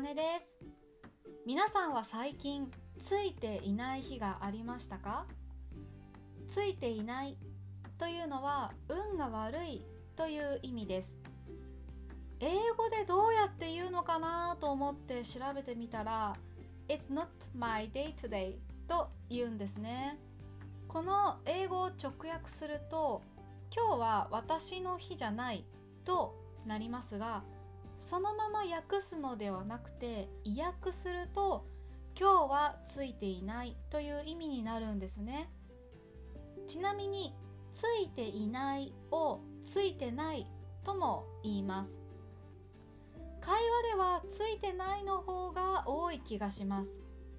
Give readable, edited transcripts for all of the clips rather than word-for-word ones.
茜です。皆さんは最近ついていない日がありましたか？ついていないというのは運が悪いという意味です。英語でどうやって言うのかなと思って調べてみたら It's not my day today と言うんですね。この英語を直訳すると今日は私の日じゃないとなりますが、そのまま訳すのではなくて意訳すると今日はついていないという意味になるんですね。ちなみについていないをついてないとも言います。会話ではついてないの方が多い気がします。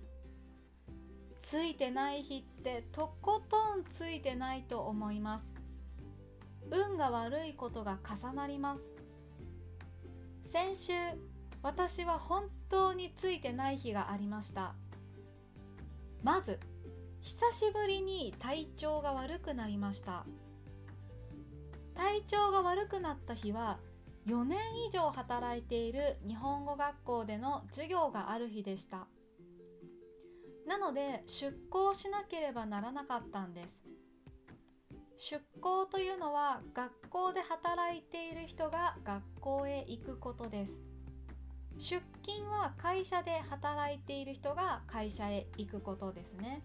ついてない日ってとことんついてないと思います。運が悪いことが重なります。先週、私は本当についてない日がありました。まず、久しぶりに体調が悪くなりました。体調が悪くなった日は、4年以上働いている日本語学校での授業がある日でした。なので、出校しなければならなかったんです。出校というのは学校で働いている人が学校へ行くことです。出勤は会社で働いている人が会社へ行くことですね。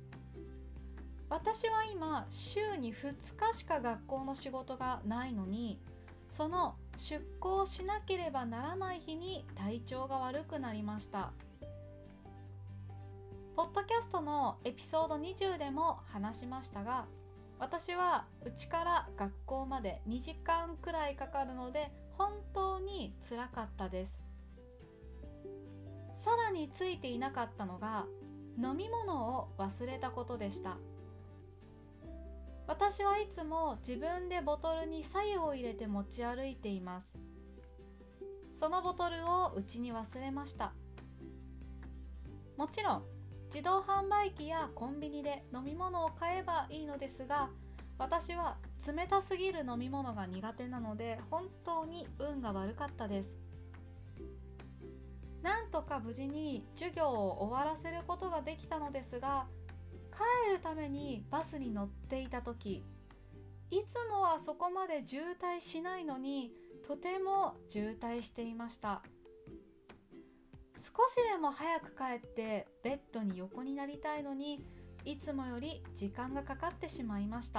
私は今週に2日しか学校の仕事がないのに、その出校しなければならない日に体調が悪くなりました。ポッドキャストのエピソード20でも話しましたが、私は家から学校まで2時間くらいかかるので本当に辛かったです。さらについていなかったのが飲み物を忘れたことでした。私はいつも自分でボトルに白湯を入れて持ち歩いています。そのボトルを家に忘れました。もちろん自動販売機やコンビニで飲み物を買えばいいのですが、私は冷たすぎる飲み物が苦手なので本当に運が悪かったです。なんとか無事に授業を終わらせることができたのですが、帰るためにバスに乗っていた時、いつもはそこまで渋滞しないのにとても渋滞していました。少しでも早く帰ってベッドに横になりたいのに、いつもより時間がかかってしまいました。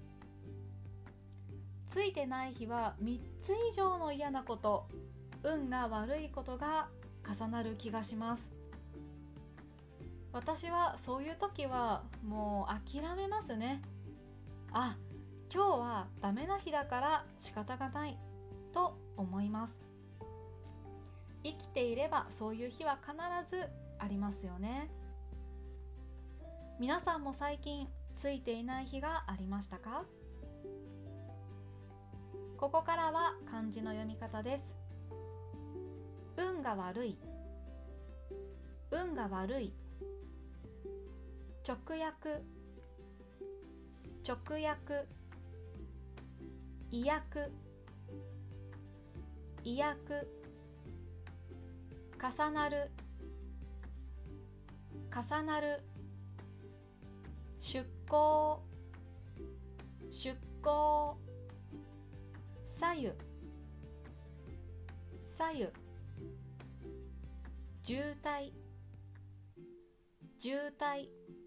ついてない日は3つ以上の嫌なこと、運が悪いことが重なる気がします。私はそういう時はもう諦めますね。あ、今日はダメな日だから仕方がないと思います。生きていればそういう日は必ずありますよね。皆さんも最近ついていない日がありましたか？ここからは漢字の読み方です。運が悪い、運が悪い。直訳、直訳。意訳、意訳。重なる、重なる。出航、出航。左右、左右。渋滞、渋滞。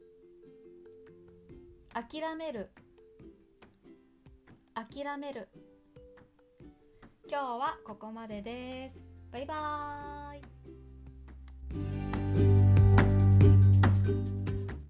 諦める、諦める。今日はここまでです。バイバーイ。